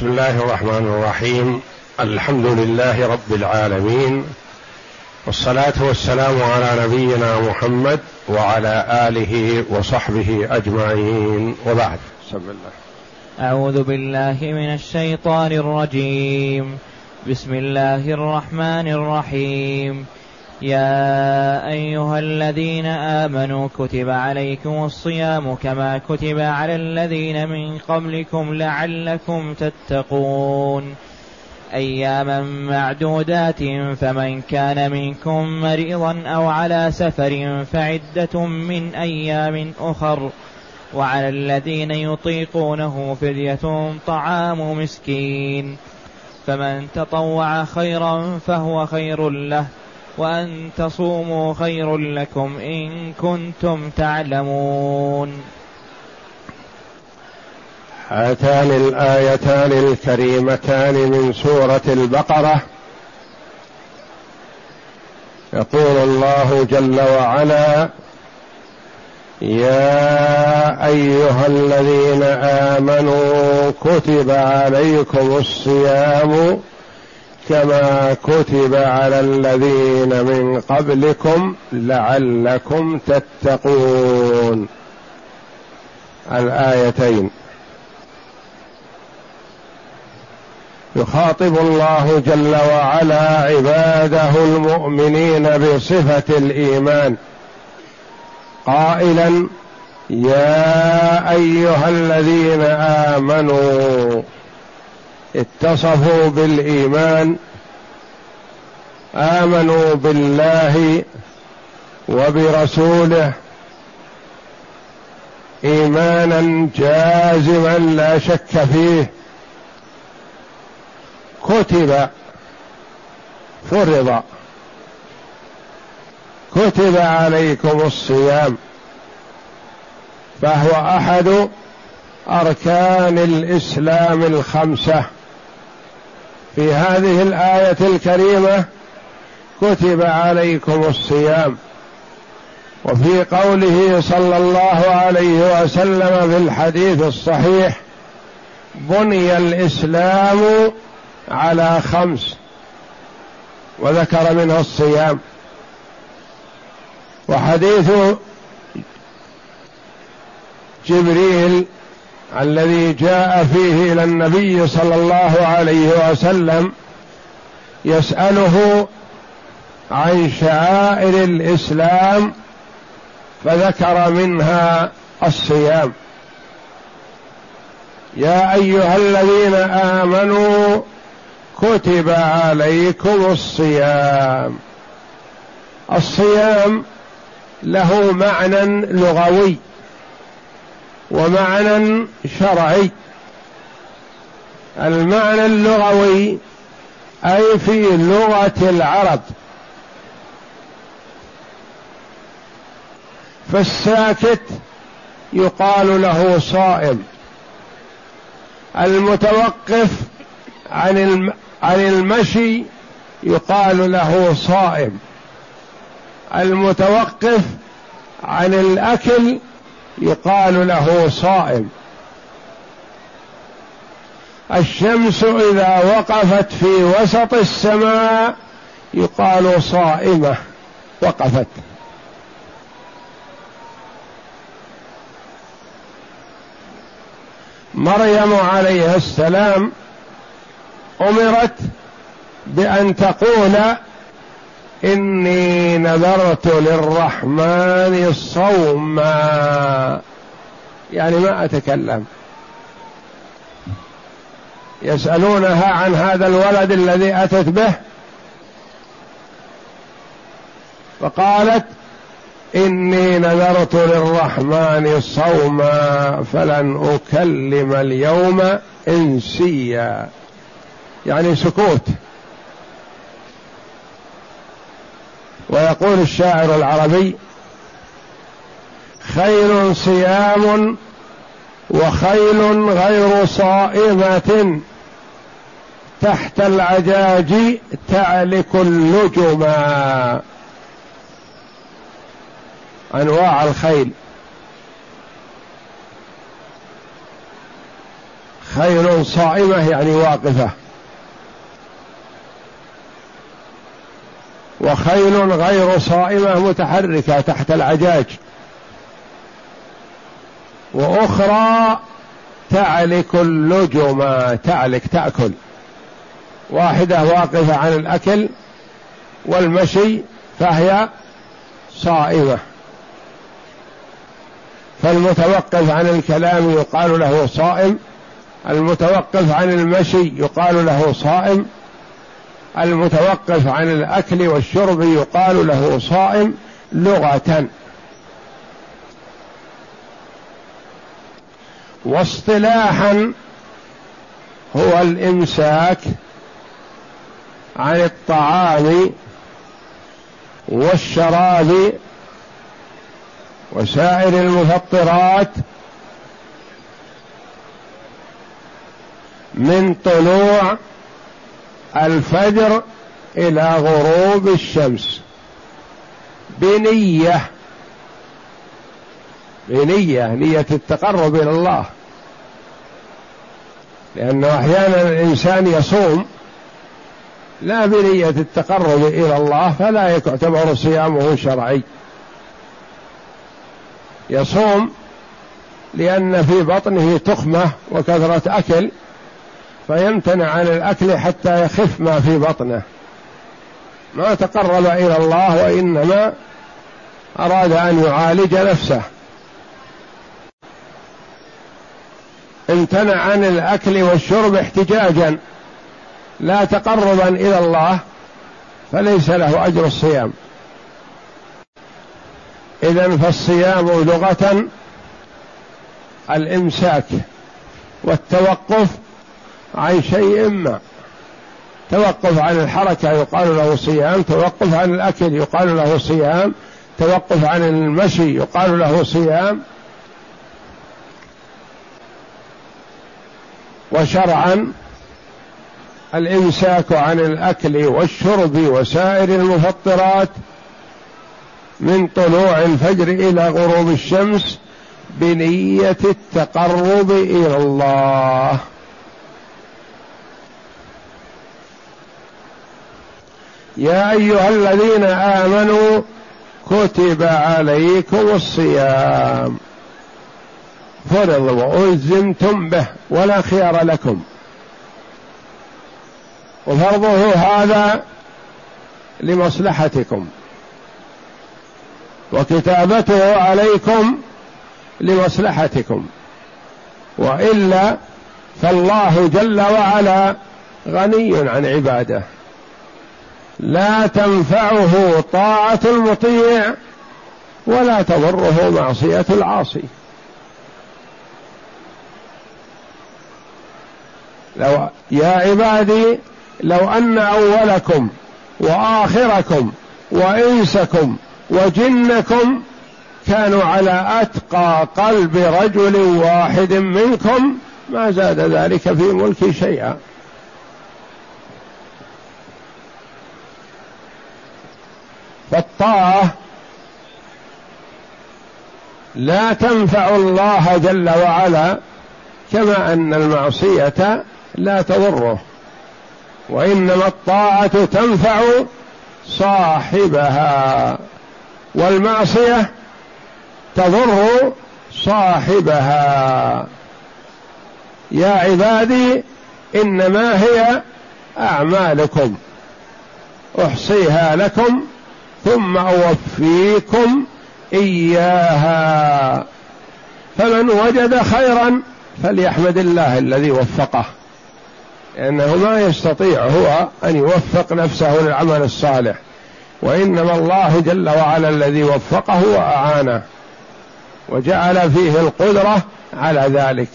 بسم الله الرحمن الرحيم. الحمد لله رب العالمين، والصلاة والسلام على نبينا محمد وعلى آله وصحبه أجمعين، وبعد. بسم الله. أعوذ بالله من الشيطان الرجيم. بسم الله الرحمن الرحيم. يا أيها الذين آمنوا كتب عليكم الصيام كما كتب على الذين من قبلكم لعلكم تتقون، أياما معدودات، فمن كان منكم مريضا أو على سفر فعدة من أيام أخر، وعلى الذين يطيقونه فدية طعام مسكين، فمن تطوع خيرا فهو خير له، وأن تصوموا خير لكم إن كنتم تعلمون. هاتان الآيتان الكريمتان من سورة البقرة يقول الله جل وعلا: يا أيها الذين آمنوا كتب عليكم الصيام كما كتب على الذين من قبلكم لعلكم تتقون. الآيتين يخاطب الله جل وعلا عباده المؤمنين بصفة الإيمان قائلا: يا أيها الذين آمنوا، اتصفوا بالإيمان، آمنوا بالله وبرسوله إيمانا جازما لا شك فيه. كتب، فرض، كتب عليكم الصيام، فهو أحد أركان الإسلام الخمسة. في هذه الآية الكريمة كتب عليكم الصيام، وفي قوله صلى الله عليه وسلم في الحديث الصحيح: بني الإسلام على خمس، وذكر منها الصيام. وحديث جبريل الذي جاء فيه إلى النبي صلى الله عليه وسلم يسأله عن شعائر الإسلام فذكر منها الصيام. يا أيها الذين آمنوا كتب عليكم الصيام. الصيام له معنى لغوي ومعنى شرعي. المعنى اللغوي أي في لغة العرب، فالساكت يقال له صائم، المتوقف عن المشي يقال له صائم، المتوقف عن الأكل يقال له صائم. الشمس إذا وقفت في وسط السماء يقال صائمة، وقفت. مريم عليه السلام أمرت بأن تقول: إني نذرت للرحمن صوما، يعني ما أتكلم. يسألونها عن هذا الولد الذي أتت به، فقالت: إني نذرت للرحمن صوما فلن أكلم اليوم إنسيا، يعني سكوت. ويقول الشاعر العربي: خيل صيام وخيل غير صائمة، تحت العجاج تعلك اللجما. أنواع الخيل: خيل صائمة يعني واقفة، وخيل غير صائمة متحركة تحت العجاج، وأخرى تعلك اللجم، تعلك تأكل، واحدة واقفة عن الأكل والمشي فهي صائمة. فالمتوقف عن الكلام يقال له صائم، المتوقف عن المشي يقال له صائم، المتوقف عن الأكل والشرب يقال له صائم لغة. واصطلاحا هو الإمساك عن الطعام والشراب وسائر المفطرات من طلوع الفجر إلى غروب الشمس بنية نية التقرب إلى الله، لأنه أحيانا الإنسان يصوم لا بنية التقرب إلى الله فلا يعتبر صيامه شرعي، يصوم لأن في بطنه تخمة وكثرة أكل فيمتنع عن الأكل حتى يخف ما في بطنه، ما تقرب إلى الله وإنما أراد أن يعالج نفسه، امتنع عن الأكل والشرب احتجاجا لا تقربا إلى الله فليس له أجر الصيام. إذن فالصيام لغة الإمساك والتوقف عن شيء ما، توقف عن الحركة يقال له صيام، توقف عن الأكل يقال له صيام، توقف عن المشي يقال له صيام. وشرعا الإمساك عن الأكل والشرب وسائر المفطرات من طلوع الفجر إلى غروب الشمس بنية التقرب إلى الله. يا أيها الذين آمنوا كتب عليكم الصيام فرض وألزمتم به ولا خيار لكم، وفرضه هذا لمصلحتكم وكتابته عليكم لمصلحتكم، وإلا فالله جل وعلا غني عن عباده لا تنفعه طاعة المطيع ولا تضره معصية العاصي. يا عبادي لو أن أولكم وآخركم وإنسكم وجنكم كانوا على أتقى قلب رجل واحد منكم ما زاد ذلك في ملكي شيئا. فالطاعة لا تنفع الله جل وعلا كما أن المعصية لا تضره، وإنما الطاعة تنفع صاحبها والمعصية تضر صاحبها. يا عبادي إنما هي أعمالكم أحصيها لكم ثم أوفيكم إياها، فمن وجد خيرا فليحمد الله الذي وفقه، لأنه ما يستطيع هو أن يوفق نفسه للعمل الصالح، وإنما الله جل وعلا الذي وفقه وأعانه وجعل فيه القدرة على ذلك.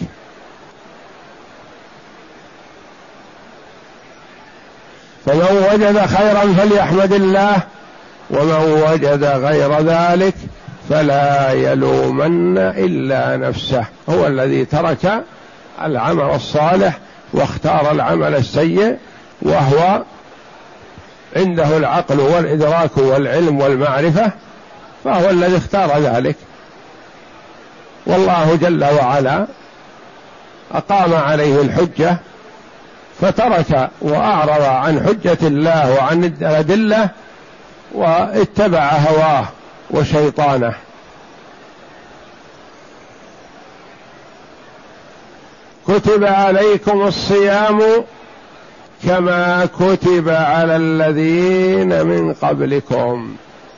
فمن وجد خيرا فليحمد الله، ومن وجد غير ذلك فلا يلومن إلا نفسه، هو الذي ترك العمل الصالح واختار العمل السيء، وهو عنده العقل والإدراك والعلم والمعرفة فهو الذي اختار ذلك. والله جل وعلا أقام عليه الحجة فترك وأعرض عن حجة الله وعن الأدلة واتبع هواه وشيطانه. كتب عليكم الصيام كما كتب على الذين من قبلكم،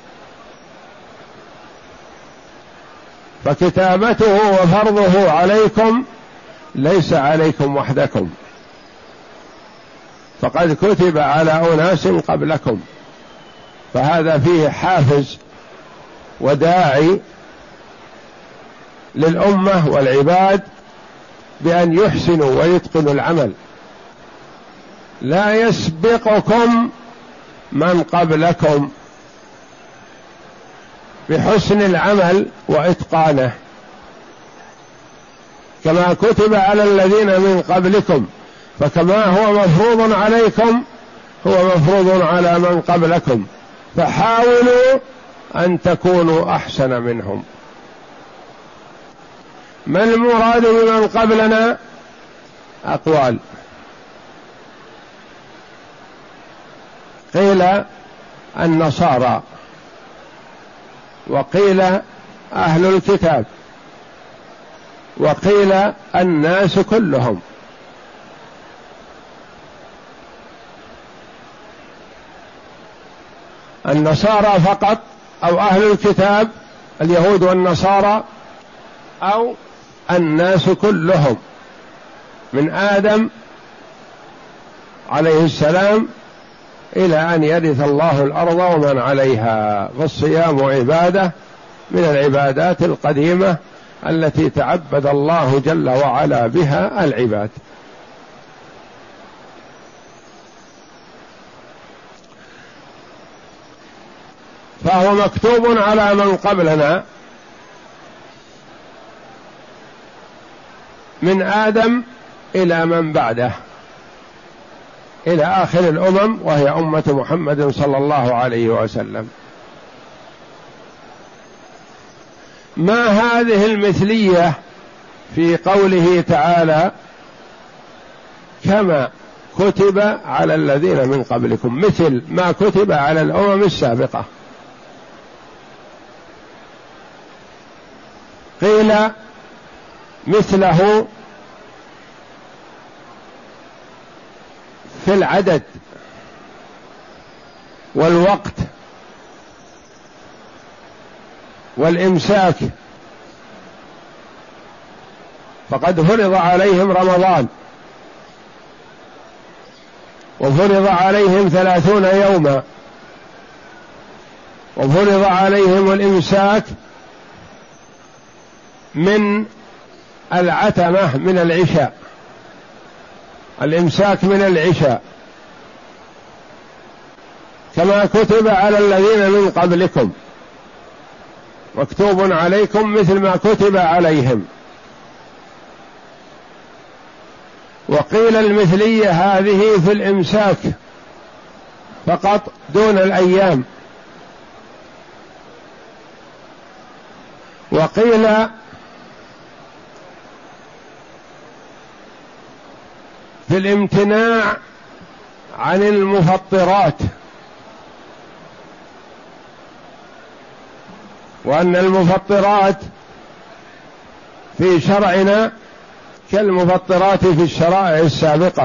فكتابته وفرضه عليكم ليس عليكم وحدكم، فقد كتب على أناس قبلكم، فهذا فيه حافز وداعي للأمة والعباد بأن يحسنوا ويتقنوا العمل. لا يسبقكم من قبلكم بحسن العمل وإتقانه، كما كتب على الذين من قبلكم، فكما هو مفروض عليكم هو مفروض على من قبلكم، فحاولوا أن تكونوا أحسن منهم. ما المراد بمن قبلنا؟ أقوال، قيل النصارى، وقيل أهل الكتاب، وقيل الناس كلهم. النصارى فقط أو أهل الكتاب اليهود والنصارى، أو الناس كلهم من آدم عليه السلام إلى أن يرث الله الأرض ومن عليها. فالصيام عبادة من العبادات القديمة التي تعبد الله جل وعلا بها العباد. فهو مكتوب على من قبلنا من آدم إلى من بعده إلى آخر الأمم، وهي أمة محمد صلى الله عليه وسلم. ما هذه المثلية في قوله تعالى كما كتب على الذين من قبلكم، مثل ما كتب على الأمم السابقة؟ قيل مثله في العدد والوقت والإمساك، فقد فرض عليهم رمضان وفرض عليهم 30 يوما، وفرض عليهم الإمساك من العتمة من العشاء، الإمساك من العشاء، كما كتب على الذين من قبلكم، مكتوب عليكم مثل ما كتب عليهم. وقيل المثلية هذه في الإمساك فقط دون الأيام، وقيل في الامتناع عن المفطرات، وأن المفطرات في شرعنا كالمفطرات في الشرائع السابقة،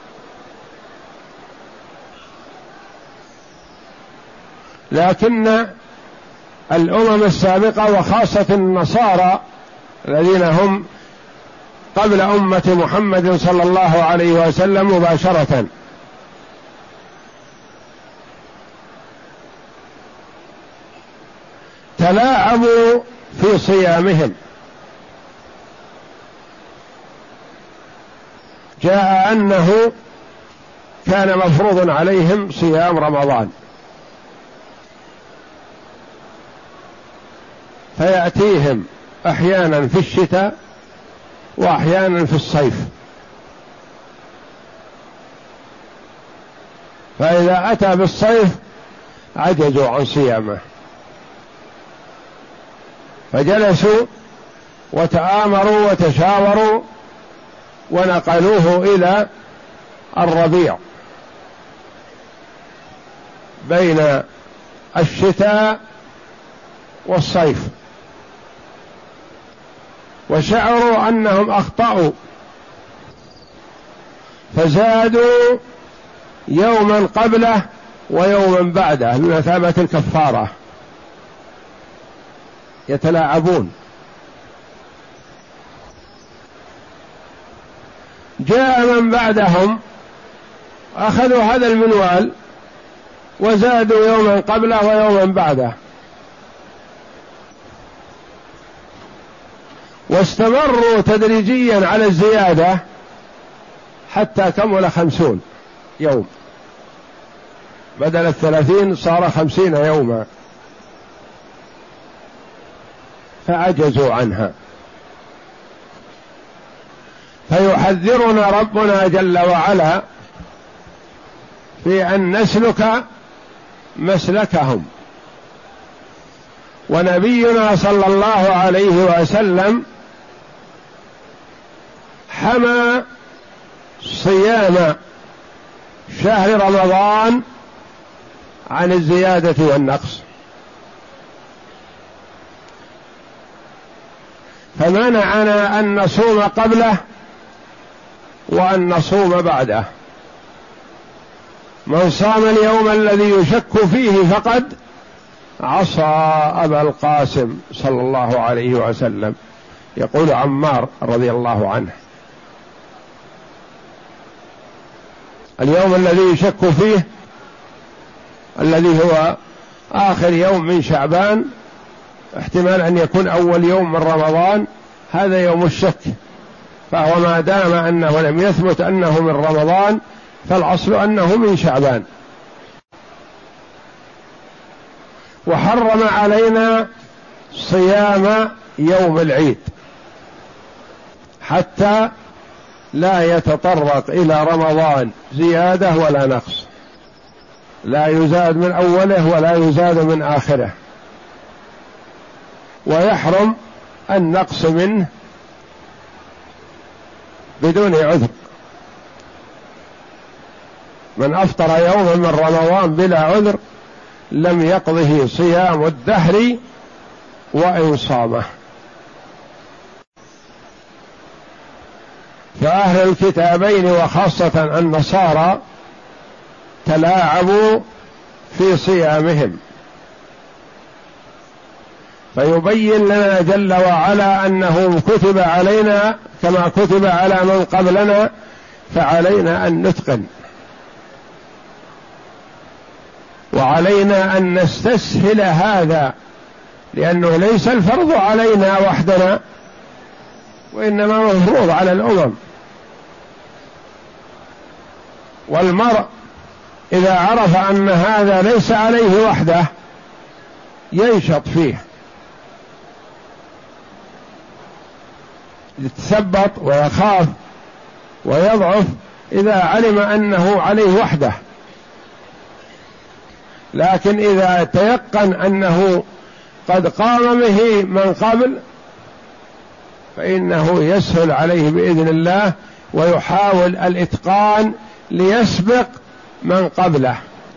لكن الأمم السابقة وخاصة النصارى الذين هم قبل أمة محمد صلى الله عليه وسلم مباشرة تلاعبوا في صيامهم. جاء أنه كان مفروض عليهم صيام رمضان، فيأتيهم أحيانا في الشتاء وأحيانا في الصيف، فإذا أتى بالصيف عجزوا عن صيامه، فجلسوا وتآمروا وتشاوروا ونقلوه إلى الربيع بين الشتاء والصيف، وشعروا أنهم أخطأوا فزادوا يوما قبله ويوما بعده بمثابة الكفارة، يتلاعبون. جاء من بعدهم أخذوا هذا المنوال وزادوا يوما قبله ويوما بعده، واستمروا تدريجيا على الزيادة حتى كمل 50 يوم، بدل 30 صار 50 يوما، فعجزوا عنها. فيحذرنا ربنا جل وعلا في أن نسلك مسلكهم. ونبينا صلى الله عليه وسلم حمى صيام شهر رمضان عن الزيادة والنقص، فمنعنا أن نصوم قبله وأن نصوم بعده. من صام اليوم الذي يشك فيه فقد عصى أبا القاسم صلى الله عليه وسلم، يقول عمار رضي الله عنه: اليوم الذي يشك فيه الذي هو آخر يوم من شعبان، احتمال أن يكون أول يوم من رمضان، هذا يوم الشك، فهو ما دام أنه لم يثبت أنه من رمضان فالأصل أنه من شعبان. وحرم علينا صيام يوم العيد حتى لا يتطرق إلى رمضان زيادة ولا نقص، لا يزاد من أوله ولا يزاد من آخره، ويحرم النقص منه بدون عذر. من أفطر يوما من رمضان بلا عذر لم يقضه صيام الدهر وإن صامه. فأهل الكتابين وخاصة النصارى تلاعبوا في صيامهم، فيبين لنا جل وعلا أنه كتب علينا كما كتب على من قبلنا، فعلينا أن نتقن، وعلينا أن نستسهل هذا، لأنه ليس الفرض علينا وحدنا وإنما مفروض على الأمم. والمرء إذا عرف أن هذا ليس عليه وحده ينشط فيه، يتثبط ويخاف ويضعف إذا علم أنه عليه وحده. لكن إذا تيقن أنه قد قام به من قبل فإنه يسهل عليه بإذن الله، ويحاول الإتقان ليسبق من قبله.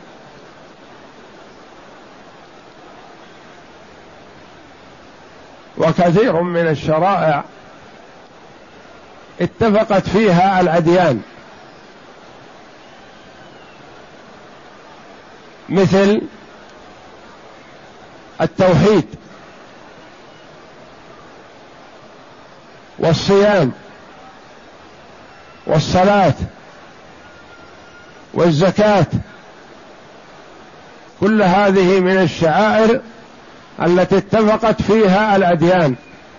وكثير من الشرائع اتفقت فيها الأديان، مثل التوحيد والصيام والصلاة والزكاة، كل هذه من الشعائر التي اتفقت فيها الأديان،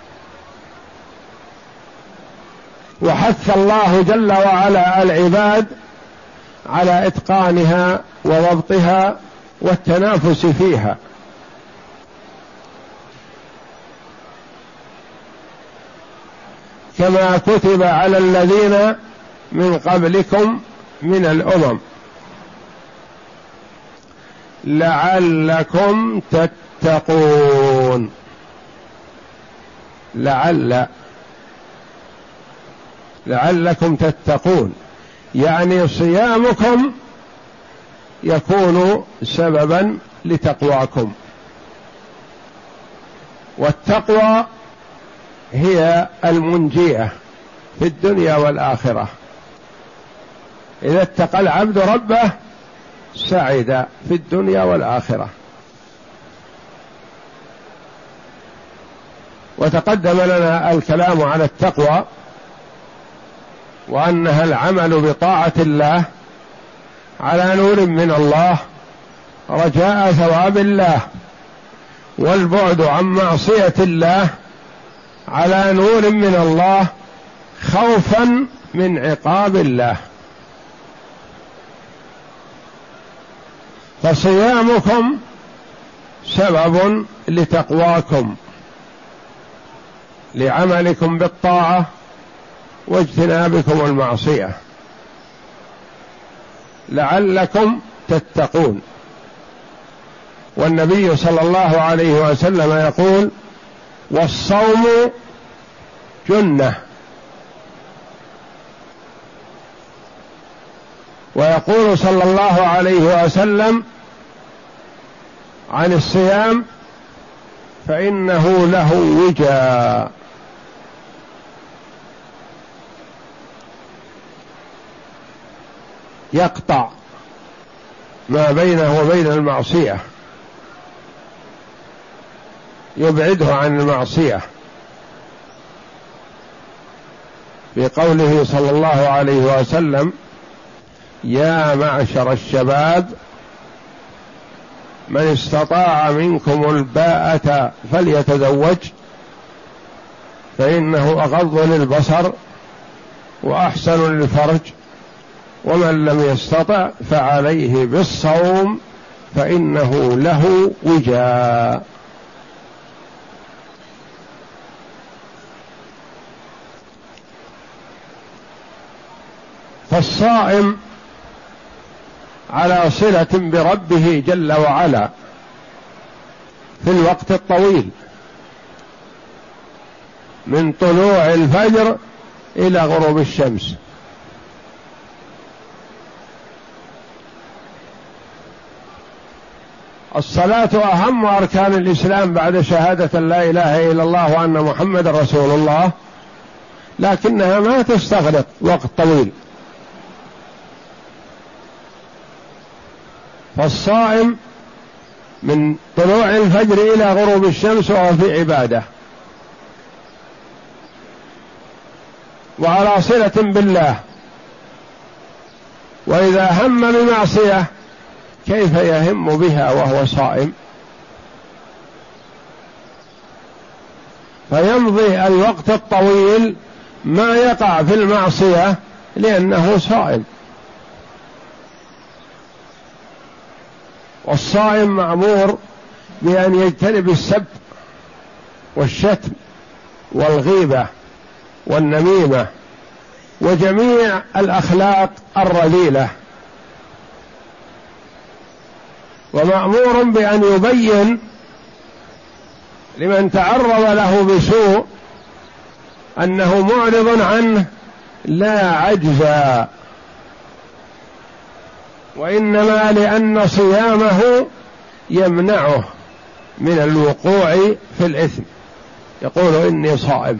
وحث الله جل وعلا العباد على إتقانها وضبطها والتنافس فيها. كما كتب على الذين من قبلكم من الأمم لعلكم تتقون. لعل لعلكم تتقون، يعني صيامكم يكون سببا لتقواكم. والتقوى هي المنجية في الدنيا والآخرة. إذا اتقى العبد ربه سعد في الدنيا والآخرة. وتقدم لنا الكلام على التقوى وأنها العمل بطاعة الله على نور من الله رجاء ثواب الله، والبعد عن معصية الله على نور من الله خوفا من عقاب الله. فصيامكم سبب لتقواكم، لعملكم بالطاعة واجتنابكم المعصية، لعلكم تتقون. والنبي صلى الله عليه وسلم يقول: والصوم جنة. ويقول صلى الله عليه وسلم عن الصيام: فإنه له وجاء، يقطع ما بينه وبين المعصية، يبعده عن المعصية. في قوله صلى الله عليه وسلم: يا معشر الشباب من استطاع منكم الباءة فليتزوج فإنه أغض للبصر وأحسن للفرج، ومن لم يستطع فعليه بالصوم فإنه له وجاء. فالصائم على صلة بربه جل وعلا في الوقت الطويل من طلوع الفجر إلى غروب الشمس. الصلاة أهم أركان الإسلام بعد شهادة لا إله إلا الله وأن محمد رسول الله، لكنها ما تستغرق وقت طويل. فالصائم من طلوع الفجر إلى غروب الشمس وهو في عبادة وعلى صلة بالله، وإذا هم بمعصية كيف يهم بها وهو صائم؟ فيمضي الوقت الطويل ما يقع في المعصية لأنه صائم. والصائم مأمور بأن يجتنب السب والشتم والغيبة والنميمة وجميع الأخلاق الرذيلة، ومأمور بأن يبين لمن تعرض له بسوء أنه معرض عنه لا عجزا، وإنما لأن صيامه يمنعه من الوقوع في الإثم. يقول: إني صائم.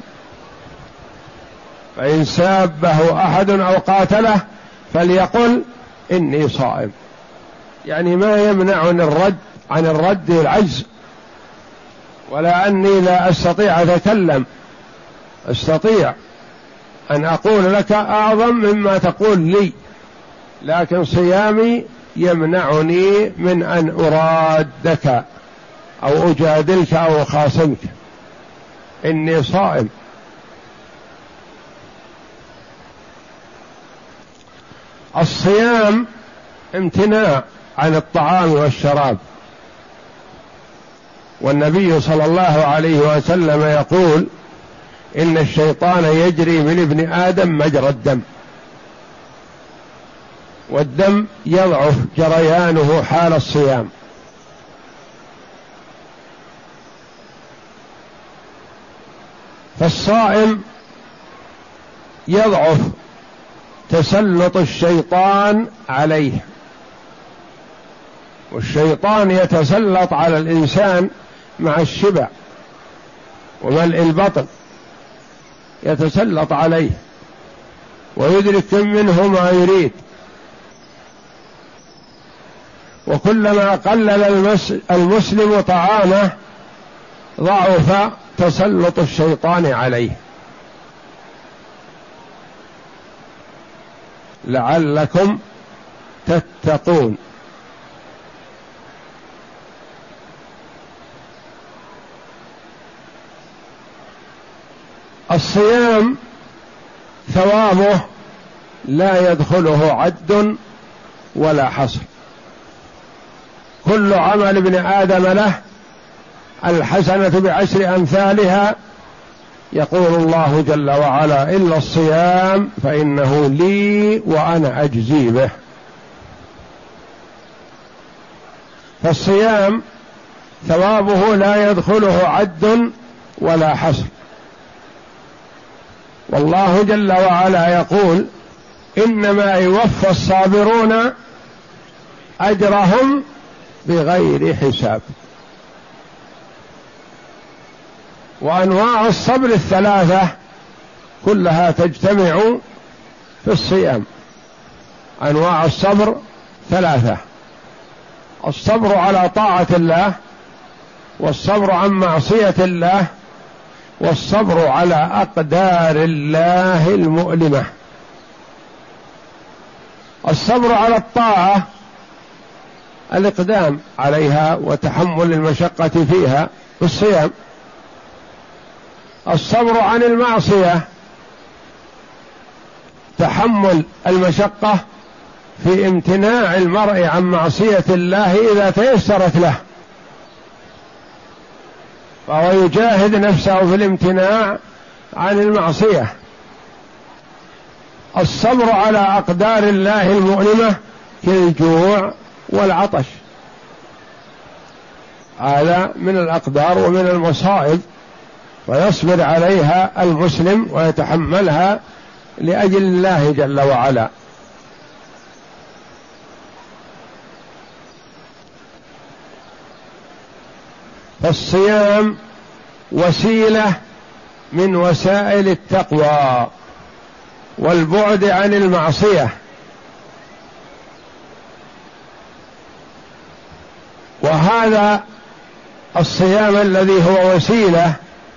فإن سابه أحد أو قاتله فليقل: إني صائم، يعني ما يمنعني عن الرد العجز، ولا أني لا أستطيع أتكلم، أستطيع أن أقول لك أعظم مما تقول لي، لكن صيامي يمنعني من أن أرادك أو أجادلك أو أخاصمك. إني صائم. الصيام امتناع عن الطعام والشراب، والنبي صلى الله عليه وسلم يقول: إن الشيطان يجري من ابن آدم مجرى الدم، والدم يضعف جريانه حال الصيام. فالصائم يضعف تسلط الشيطان عليه، والشيطان يتسلط على الإنسان مع الشبع وملء البطن، يتسلط عليه ويدرك منه ما يريد، وكلما قلل المسلم طعامه ضعف تسلط الشيطان عليه. لعلكم تتقون. الصيام ثوابه لا يدخله عد ولا حصر، كل عمل ابن آدم له الحسنة بعشر أمثالها، يقول الله جل وعلا: إلا الصيام فإنه لي وأنا أجزي به. فالصيام ثوابه لا يدخله عد ولا حصر، والله جل وعلا يقول: إنما يوفى الصابرون أجرهم بغير حساب. وأنواع الصبر الثلاثة كلها تجتمع في الصيام. أنواع الصبر ثلاثة: الصبر على طاعة الله، والصبر عن معصية الله، والصبر على أقدار الله المؤلمة. الصبر على الطاعة الإقدام عليها وتحمل المشقة فيها بالصيام. الصبر عن المعصية تحمل المشقة في امتناع المرء عن معصية الله إذا تيسرت له، فهو يجاهد نفسه في الامتناع عن المعصية. الصبر على أقدار الله المؤلمة كالجوع والعطش، هذا من الأقدار ومن المصائب، ويصبر عليها المسلم ويتحملها لأجل الله جل وعلا. فالصيام وسيلة من وسائل التقوى والبعد عن المعصية، وهذا الصيام الذي هو وسيلة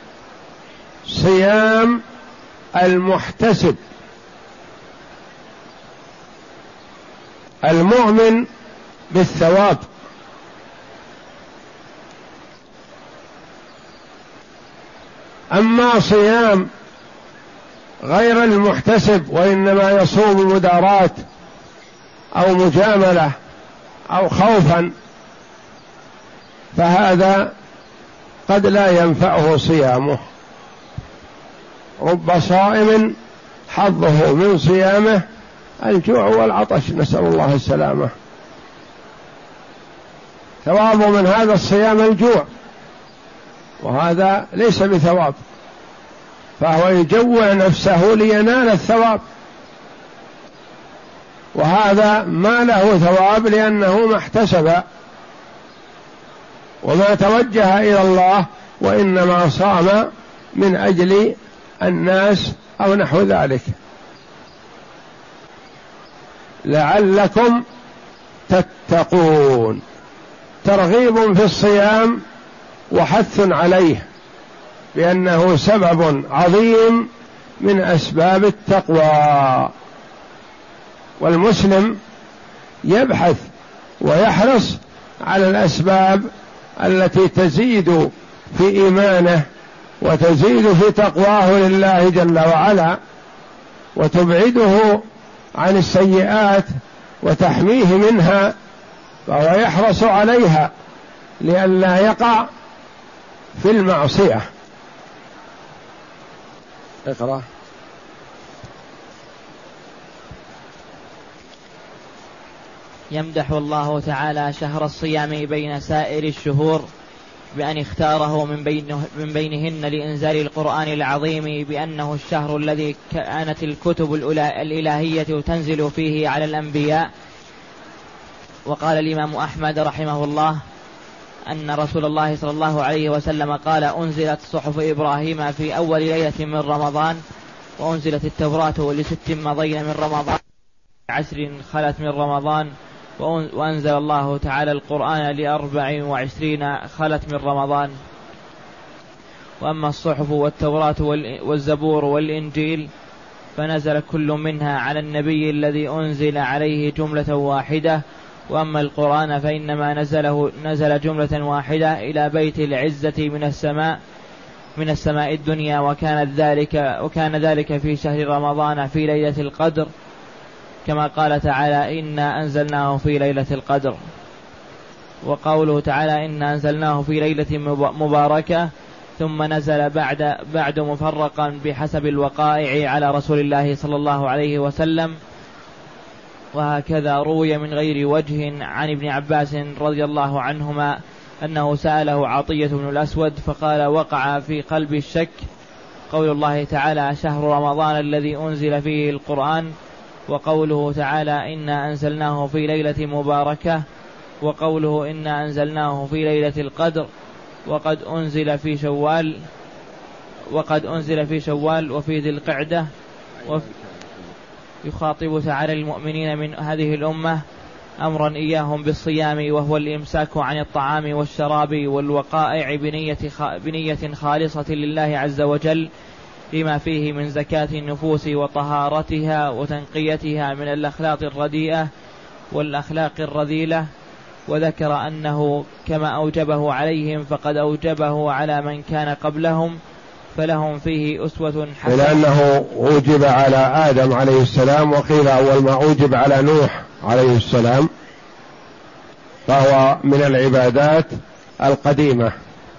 صيام المحتسب المؤمن بالثواب. أما صيام غير المحتسب وإنما يصوم مداراة أو مجاملة أو خوفا، فهذا قد لا ينفعه صيامه. رب صائم حظه من صيامه الجوع والعطش، نسأل الله السلامة. ثوابه من هذا الصيام الجوع، وهذا ليس بثواب، فهو يجوع نفسه لينال الثواب، وهذا ما له ثواب لأنه ما احتسب وما توجه إلى الله، وإنما صام من أجل الناس أو نحو ذلك. لعلكم تتقون، ترغيب في الصيام وحث عليه بأنه سبب عظيم من أسباب التقوى. والمسلم يبحث ويحرص على الأسباب التي تزيد في إيمانه وتزيد في تقواه لله جل وعلا، وتبعده عن السيئات وتحميه منها، فهو يحرص عليها لئلا يقع في المعصية. اقرأ. يمدح الله تعالى شهر الصيام بين سائر الشهور بأن اختاره من بينهن لإنزال القرآن العظيم بأنه الشهر الذي كانت الكتب الإلهية تنزل فيه على الأنبياء. وقال الإمام أحمد رحمه الله أن رسول الله صلى الله عليه وسلم قال: أنزلت صحف إبراهيم في أول ليلة من رمضان، وأنزلت التوراة ل6 مضين من رمضان، 10 خلت من رمضان، وأنزل الله تعالى القرآن ل24 خلت من رمضان. وأما الصحف والتوراة والزبور والإنجيل فنزل كل منها على النبي الذي أنزل عليه جملة واحدة، وأما القرآن فإنما نزل جملة واحدة إلى بيت العزة من السماء الدنيا، وكان ذلك في شهر رمضان في ليلة القدر، كما قال تعالى: إنا أنزلناه في ليلة القدر. وقوله تعالى: إنا أنزلناه في ليلة مباركة، ثم نزل بعد مفرقا بحسب الوقائع على رسول الله صلى الله عليه وسلم. وهكذا روي من غير وجه عن ابن عباس رضي الله عنهما أنه سأله عطية بن الأسود فقال: وقع في قلبي الشك قول الله تعالى: شهر رمضان الذي أنزل فيه القرآن، وقوله تعالى: إنا أنزلناه في ليلة مباركة، وقوله: إنا أنزلناه في ليلة القدر، وقد أنزل في شوال وفي ذي القعدة. يخاطب تعالى المؤمنين من هذه الأمة أمرا إياهم بالصيام، وهو الإمساك عن الطعام والشراب والوقائع بنية خالصة لله عز وجل، لما فيه من زكاة النفوس وطهارتها وتنقيتها من الأخلاق الرديئة والأخلاق الرذيلة. وذكر أنه كما أوجبه عليهم فقد أوجبه على من كان قبلهم، فلهم فيه أسوة حسنة. لأنه أوجب على آدم عليه السلام، وقيل أول ما أوجب على نوح عليه السلام، فهو من العبادات القديمة.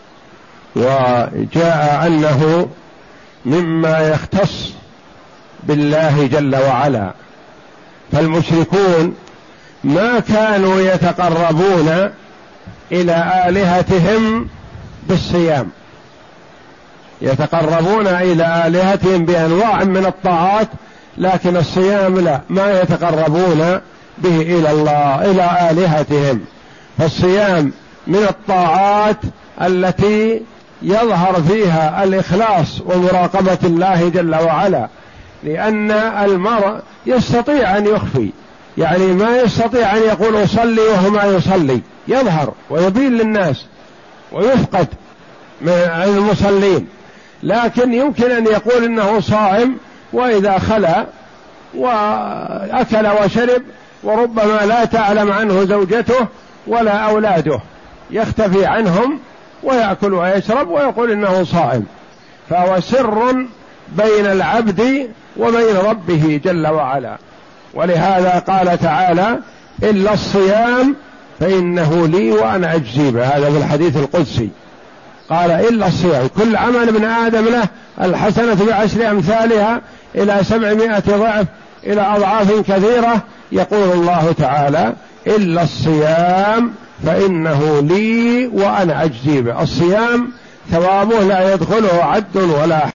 وجاء أنه مما يختص بالله جل وعلا، فالمشركون ما كانوا يتقربون إلى آلهتهم بالصيام، يتقربون إلى آلهتهم بأنواع من الطاعات، لكن الصيام لا، ما يتقربون به إلى الله إلى آلهتهم. فالصيام من الطاعات التي يظهر فيها الإخلاص ومراقبة الله جل وعلا، لأن المرء يستطيع أن يخفي، يعني ما يستطيع أن يقول أصلي وهو ما يصلي، يظهر ويبين للناس ويفقد من المصلين، لكن يمكن أن يقول إنه صائم، وإذا خلا وأكل وشرب وربما لا تعلم عنه زوجته ولا أولاده، يختفي عنهم ويأكل ويشرب ويقول إنه صائم. فهو سر بين العبد وبين ربه جل وعلا. ولهذا قال تعالى: إلا الصيام فإنه لي وأنا أجزي به. هذا في الحديث القدسي، قال: إلا الصيام، كل عمل ابن آدم له الحسنة ب10 أمثالها إلى 700 ضعف إلى أضعاف كثيرة. يقول الله تعالى: إلا الصيام فإنه لي وأنا أجزي به. الصيام ثوابه لا يدخله عد ولا